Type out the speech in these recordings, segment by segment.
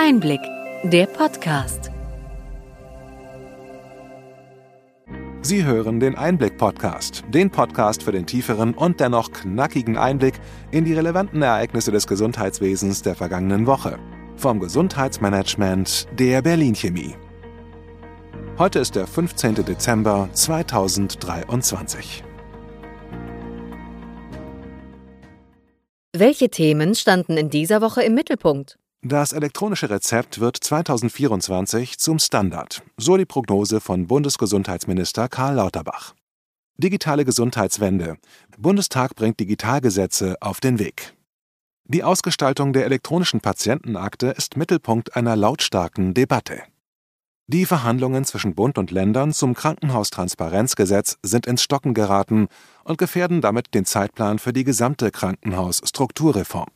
Einblick, der Podcast. Sie hören den Einblick-Podcast, den Podcast für den tieferen und dennoch knackigen Einblick in die relevanten Ereignisse des Gesundheitswesens der vergangenen Woche. Vom Gesundheitsmanagement der Berlin Chemie. Heute ist der 15. Dezember 2023. Welche Themen standen in dieser Woche im Mittelpunkt? Das elektronische Rezept wird 2024 zum Standard, so die Prognose von Bundesgesundheitsminister Karl Lauterbach. Digitale Gesundheitswende. Bundestag bringt Digitalgesetze auf den Weg. Die Ausgestaltung der elektronischen Patientenakte ist Mittelpunkt einer lautstarken Debatte. Die Verhandlungen zwischen Bund und Ländern zum Krankenhaustransparenzgesetz sind ins Stocken geraten und gefährden damit den Zeitplan für die gesamte Krankenhausstrukturreform.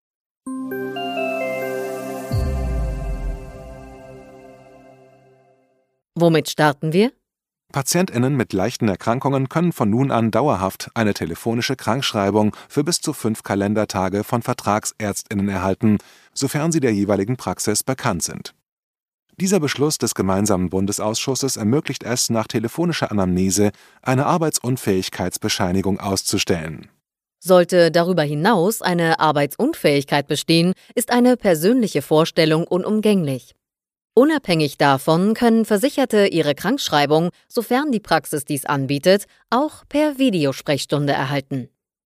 Womit starten wir? PatientInnen mit leichten Erkrankungen können von nun an dauerhaft eine telefonische Krankschreibung für bis zu 5 Kalendertage von VertragsärztInnen erhalten, sofern sie der jeweiligen Praxis bekannt sind. Dieser Beschluss des gemeinsamen Bundesausschusses ermöglicht es, nach telefonischer Anamnese eine Arbeitsunfähigkeitsbescheinigung auszustellen. Sollte darüber hinaus eine Arbeitsunfähigkeit bestehen, ist eine persönliche Vorstellung unumgänglich. Unabhängig davon können Versicherte ihre Krankschreibung, sofern die Praxis dies anbietet, auch per Videosprechstunde erhalten.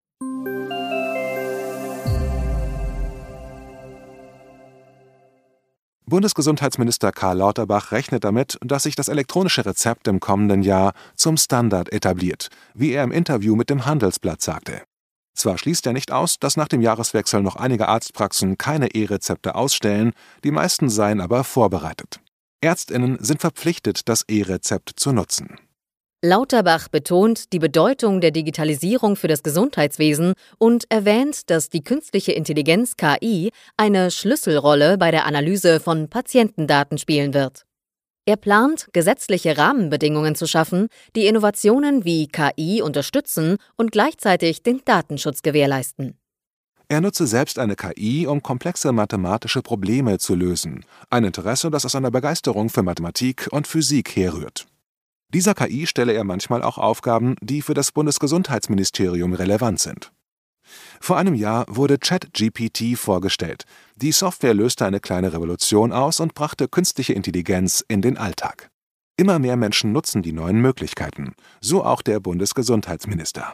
Bundesgesundheitsminister Karl Lauterbach rechnet damit, dass sich das elektronische Rezept im kommenden Jahr zum Standard etabliert, wie er im Interview mit dem Handelsblatt sagte. Zwar schließt er nicht aus, dass nach dem Jahreswechsel noch einige Arztpraxen keine E-Rezepte ausstellen, die meisten seien aber vorbereitet. ÄrztInnen sind verpflichtet, das E-Rezept zu nutzen. Lauterbach betont die Bedeutung der Digitalisierung für das Gesundheitswesen und erwähnt, dass die künstliche Intelligenz KI eine Schlüsselrolle bei der Analyse von Patientendaten spielen wird. Er plant, gesetzliche Rahmenbedingungen zu schaffen, die Innovationen wie KI unterstützen und gleichzeitig den Datenschutz gewährleisten. Er nutze selbst eine KI, um komplexe mathematische Probleme zu lösen, ein Interesse, das aus einer Begeisterung für Mathematik und Physik herrührt. Dieser KI stelle er manchmal auch Aufgaben, die für das Bundesgesundheitsministerium relevant sind. Vor einem Jahr wurde ChatGPT vorgestellt. Die Software löste eine kleine Revolution aus und brachte künstliche Intelligenz in den Alltag. Immer mehr Menschen nutzen die neuen Möglichkeiten, so auch der Bundesgesundheitsminister.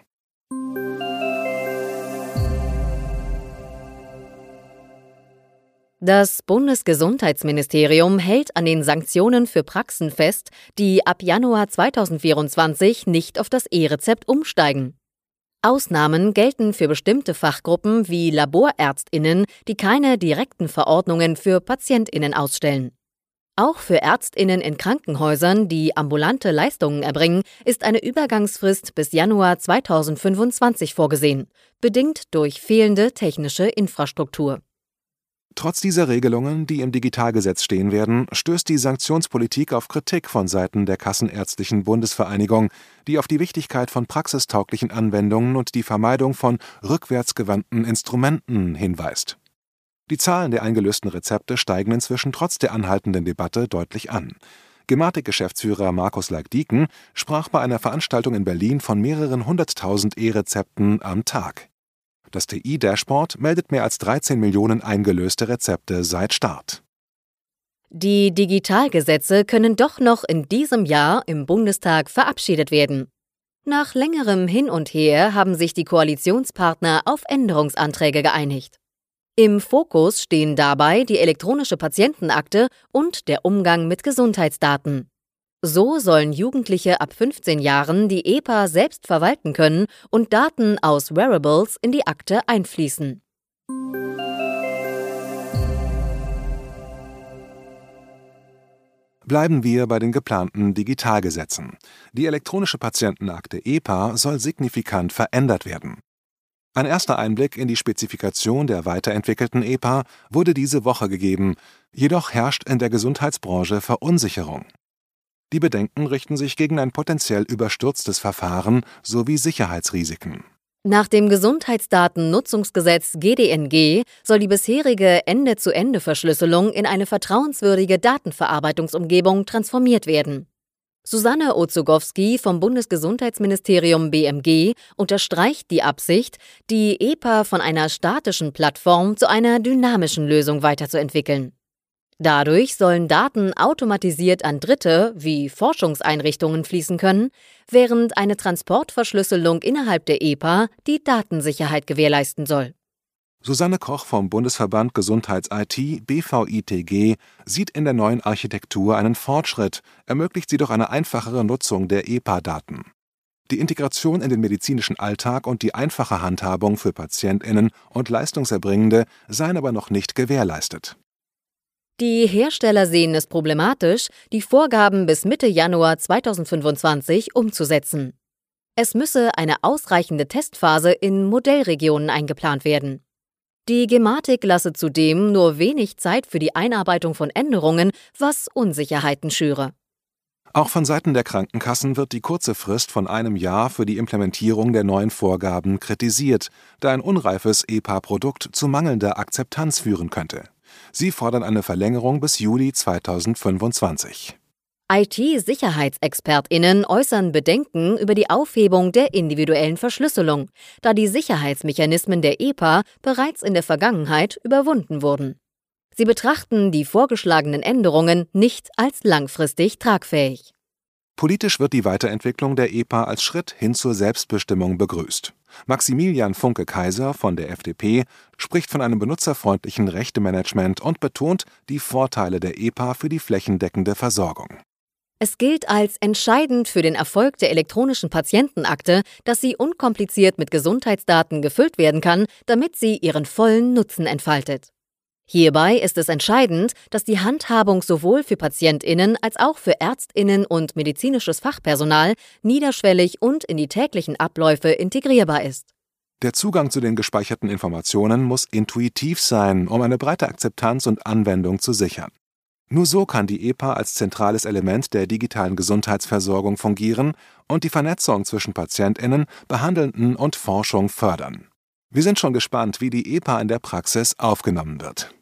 Das Bundesgesundheitsministerium hält an den Sanktionen für Praxen fest, die ab Januar 2024 nicht auf das E-Rezept umsteigen. Ausnahmen gelten für bestimmte Fachgruppen wie LaborärztInnen, die keine direkten Verordnungen für PatientInnen ausstellen. Auch für ÄrztInnen in Krankenhäusern, die ambulante Leistungen erbringen, ist eine Übergangsfrist bis Januar 2025 vorgesehen, bedingt durch fehlende technische Infrastruktur. Trotz dieser Regelungen, die im Digitalgesetz stehen werden, stößt die Sanktionspolitik auf Kritik von Seiten der Kassenärztlichen Bundesvereinigung, die auf die Wichtigkeit von praxistauglichen Anwendungen und die Vermeidung von rückwärtsgewandten Instrumenten hinweist. Die Zahlen der eingelösten Rezepte steigen inzwischen trotz der anhaltenden Debatte deutlich an. Gematik-Geschäftsführer Markus Laik-Dieken sprach bei einer Veranstaltung in Berlin von mehreren 100.000 E-Rezepten am Tag. Das TI-Dashboard meldet mehr als 13 Millionen eingelöste Rezepte seit Start. Die Digitalgesetze können doch noch in diesem Jahr im Bundestag verabschiedet werden. Nach längerem Hin und Her haben sich die Koalitionspartner auf Änderungsanträge geeinigt. Im Fokus stehen dabei die elektronische Patientenakte und der Umgang mit Gesundheitsdaten. So sollen Jugendliche ab 15 Jahren die EPA selbst verwalten können und Daten aus Wearables in die Akte einfließen. Bleiben wir bei den geplanten Digitalgesetzen. Die elektronische Patientenakte EPA soll signifikant verändert werden. Ein erster Einblick in die Spezifikation der weiterentwickelten EPA wurde diese Woche gegeben, jedoch herrscht in der Gesundheitsbranche Verunsicherung. Die Bedenken richten sich gegen ein potenziell überstürztes Verfahren sowie Sicherheitsrisiken. Nach dem Gesundheitsdatennutzungsgesetz GDNG soll die bisherige Ende-zu-Ende-Verschlüsselung in eine vertrauenswürdige Datenverarbeitungsumgebung transformiert werden. Susanne Ozugowski vom Bundesgesundheitsministerium BMG unterstreicht die Absicht, die EPA von einer statischen Plattform zu einer dynamischen Lösung weiterzuentwickeln. Dadurch sollen Daten automatisiert an Dritte wie Forschungseinrichtungen fließen können, während eine Transportverschlüsselung innerhalb der EPA die Datensicherheit gewährleisten soll. Susanne Koch vom Bundesverband Gesundheits-IT BVITG sieht in der neuen Architektur einen Fortschritt, ermöglicht sie doch eine einfachere Nutzung der EPA-Daten. Die Integration in den medizinischen Alltag und die einfache Handhabung für PatientInnen und Leistungserbringende seien aber noch nicht gewährleistet. Die Hersteller sehen es problematisch, die Vorgaben bis Mitte Januar 2025 umzusetzen. Es müsse eine ausreichende Testphase in Modellregionen eingeplant werden. Die Gematik lasse zudem nur wenig Zeit für die Einarbeitung von Änderungen, was Unsicherheiten schüre. Auch von Seiten der Krankenkassen wird die kurze Frist von einem Jahr für die Implementierung der neuen Vorgaben kritisiert, da ein unreifes EPA-Produkt zu mangelnder Akzeptanz führen könnte. Sie fordern eine Verlängerung bis Juli 2025. IT-SicherheitsexpertInnen äußern Bedenken über die Aufhebung der individuellen Verschlüsselung, da die Sicherheitsmechanismen der EPA bereits in der Vergangenheit überwunden wurden. Sie betrachten die vorgeschlagenen Änderungen nicht als langfristig tragfähig. Politisch wird die Weiterentwicklung der EPA als Schritt hin zur Selbstbestimmung begrüßt. Maximilian Funke-Kaiser von der FDP spricht von einem benutzerfreundlichen Rechtemanagement und betont die Vorteile der EPA für die flächendeckende Versorgung. Es gilt als entscheidend für den Erfolg der elektronischen Patientenakte, dass sie unkompliziert mit Gesundheitsdaten gefüllt werden kann, damit sie ihren vollen Nutzen entfaltet. Hierbei ist es entscheidend, dass die Handhabung sowohl für PatientInnen als auch für ÄrztInnen und medizinisches Fachpersonal niederschwellig und in die täglichen Abläufe integrierbar ist. Der Zugang zu den gespeicherten Informationen muss intuitiv sein, um eine breite Akzeptanz und Anwendung zu sichern. Nur so kann die EPA als zentrales Element der digitalen Gesundheitsversorgung fungieren und die Vernetzung zwischen PatientInnen, Behandelnden und Forschung fördern. Wir sind schon gespannt, wie die EPA in der Praxis aufgenommen wird.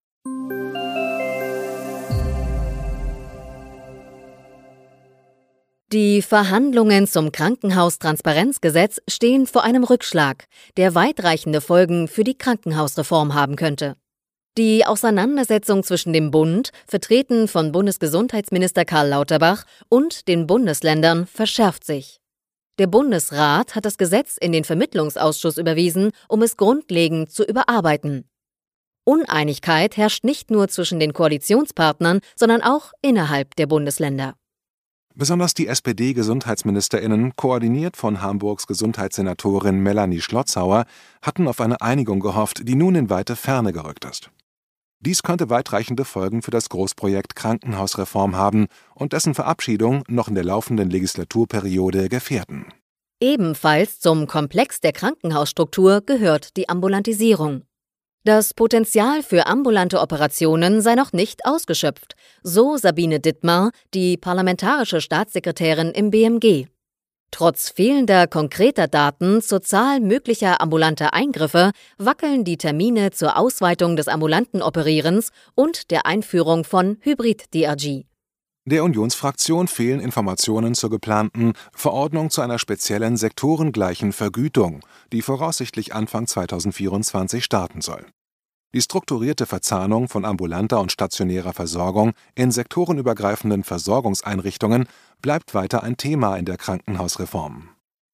Die Verhandlungen zum Krankenhaustransparenzgesetz stehen vor einem Rückschlag, der weitreichende Folgen für die Krankenhausreform haben könnte. Die Auseinandersetzung zwischen dem Bund, vertreten von Bundesgesundheitsminister Karl Lauterbach, und den Bundesländern verschärft sich. Der Bundesrat hat das Gesetz in den Vermittlungsausschuss überwiesen, um es grundlegend zu überarbeiten. Uneinigkeit herrscht nicht nur zwischen den Koalitionspartnern, sondern auch innerhalb der Bundesländer. Besonders die SPD-GesundheitsministerInnen, koordiniert von Hamburgs Gesundheitssenatorin Melanie Schlotzhauer, hatten auf eine Einigung gehofft, die nun in weite Ferne gerückt ist. Dies könnte weitreichende Folgen für das Großprojekt Krankenhausreform haben und dessen Verabschiedung noch in der laufenden Legislaturperiode gefährden. Ebenfalls zum Komplex der Krankenhausstruktur gehört die Ambulantisierung. Das Potenzial für ambulante Operationen sei noch nicht ausgeschöpft, so Sabine Dittmar, die parlamentarische Staatssekretärin im BMG. Trotz fehlender konkreter Daten zur Zahl möglicher ambulanter Eingriffe wackeln die Termine zur Ausweitung des ambulanten Operierens und der Einführung von Hybrid-DRG. Der Unionsfraktion fehlen Informationen zur geplanten Verordnung zu einer speziellen sektorengleichen Vergütung, die voraussichtlich Anfang 2024 starten soll. Die strukturierte Verzahnung von ambulanter und stationärer Versorgung in sektorenübergreifenden Versorgungseinrichtungen bleibt weiter ein Thema in der Krankenhausreform.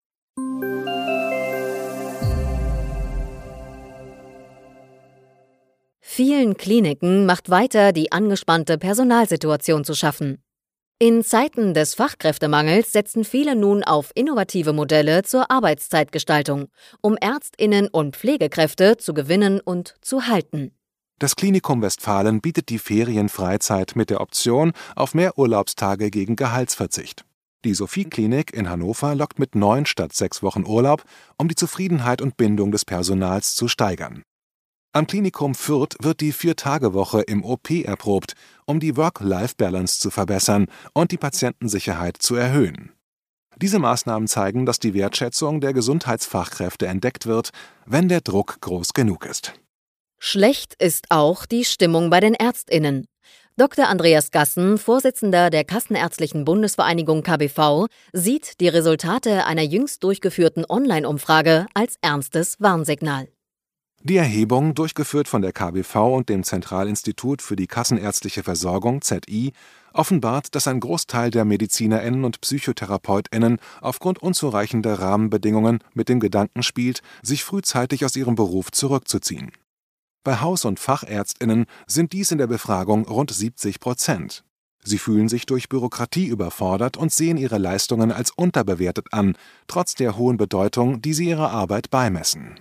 Vielen Kliniken macht weiter die angespannte Personalsituation zu schaffen. In Zeiten des Fachkräftemangels setzen viele nun auf innovative Modelle zur Arbeitszeitgestaltung, um ÄrztInnen und Pflegekräfte zu gewinnen und zu halten. Das Klinikum Westfalen bietet die Ferienfreizeit mit der Option auf mehr Urlaubstage gegen Gehaltsverzicht. Die Sophie-Klinik in Hannover lockt mit 9 statt 6 Wochen Urlaub, um die Zufriedenheit und Bindung des Personals zu steigern. Am Klinikum Fürth wird die 4-Tage-Woche im OP erprobt, um die Work-Life-Balance zu verbessern und die Patientensicherheit zu erhöhen. Diese Maßnahmen zeigen, dass die Wertschätzung der Gesundheitsfachkräfte entdeckt wird, wenn der Druck groß genug ist. Schlecht ist auch die Stimmung bei den ÄrztInnen. Dr. Andreas Gassen, Vorsitzender der Kassenärztlichen Bundesvereinigung KBV, sieht die Resultate einer jüngst durchgeführten Online-Umfrage als ernstes Warnsignal. Die Erhebung, durchgeführt von der KBV und dem Zentralinstitut für die Kassenärztliche Versorgung (ZI), offenbart, dass ein Großteil der MedizinerInnen und PsychotherapeutInnen aufgrund unzureichender Rahmenbedingungen mit dem Gedanken spielt, sich frühzeitig aus ihrem Beruf zurückzuziehen. Bei Haus- und FachärztInnen sind dies in der Befragung rund 70%. Sie fühlen sich durch Bürokratie überfordert und sehen ihre Leistungen als unterbewertet an, trotz der hohen Bedeutung, die sie ihrer Arbeit beimessen.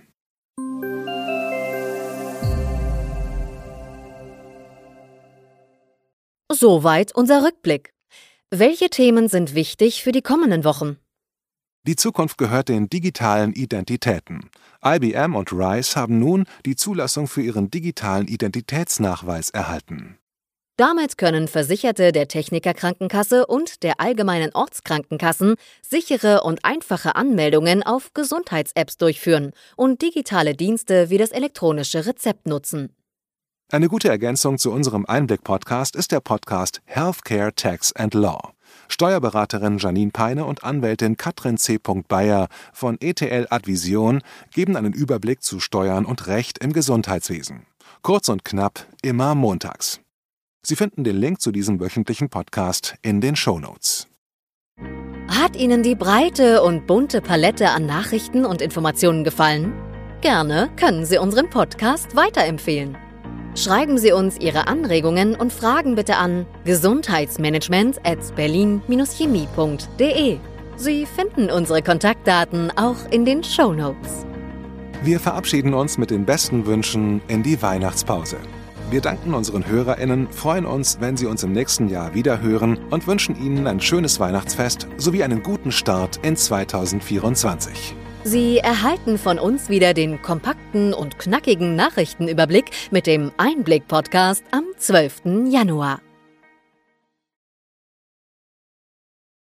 Soweit unser Rückblick. Welche Themen sind wichtig für die kommenden Wochen? Die Zukunft gehört den digitalen Identitäten. IBM und RISE haben nun die Zulassung für ihren digitalen Identitätsnachweis erhalten. Damit können Versicherte der Techniker-Krankenkasse und der allgemeinen Ortskrankenkassen sichere und einfache Anmeldungen auf Gesundheits-Apps durchführen und digitale Dienste wie das elektronische Rezept nutzen. Eine gute Ergänzung zu unserem Einblick-Podcast ist der Podcast Healthcare, Tax and Law. Steuerberaterin Janine Peine und Anwältin Katrin C. Bayer von ETL Advision geben einen Überblick zu Steuern und Recht im Gesundheitswesen. Kurz und knapp, immer montags. Sie finden den Link zu diesem wöchentlichen Podcast in den Shownotes. Hat Ihnen die breite und bunte Palette an Nachrichten und Informationen gefallen? Gerne können Sie unseren Podcast weiterempfehlen. Schreiben Sie uns Ihre Anregungen und Fragen bitte an gesundheitsmanagement@berlin-chemie.de. Sie finden unsere Kontaktdaten auch in den Shownotes. Wir verabschieden uns mit den besten Wünschen in die Weihnachtspause. Wir danken unseren HörerInnen, freuen uns, wenn Sie uns im nächsten Jahr wieder hören und wünschen Ihnen ein schönes Weihnachtsfest sowie einen guten Start in 2024. Sie erhalten von uns wieder den kompakten und knackigen Nachrichtenüberblick mit dem Einblick-Podcast am 12. Januar.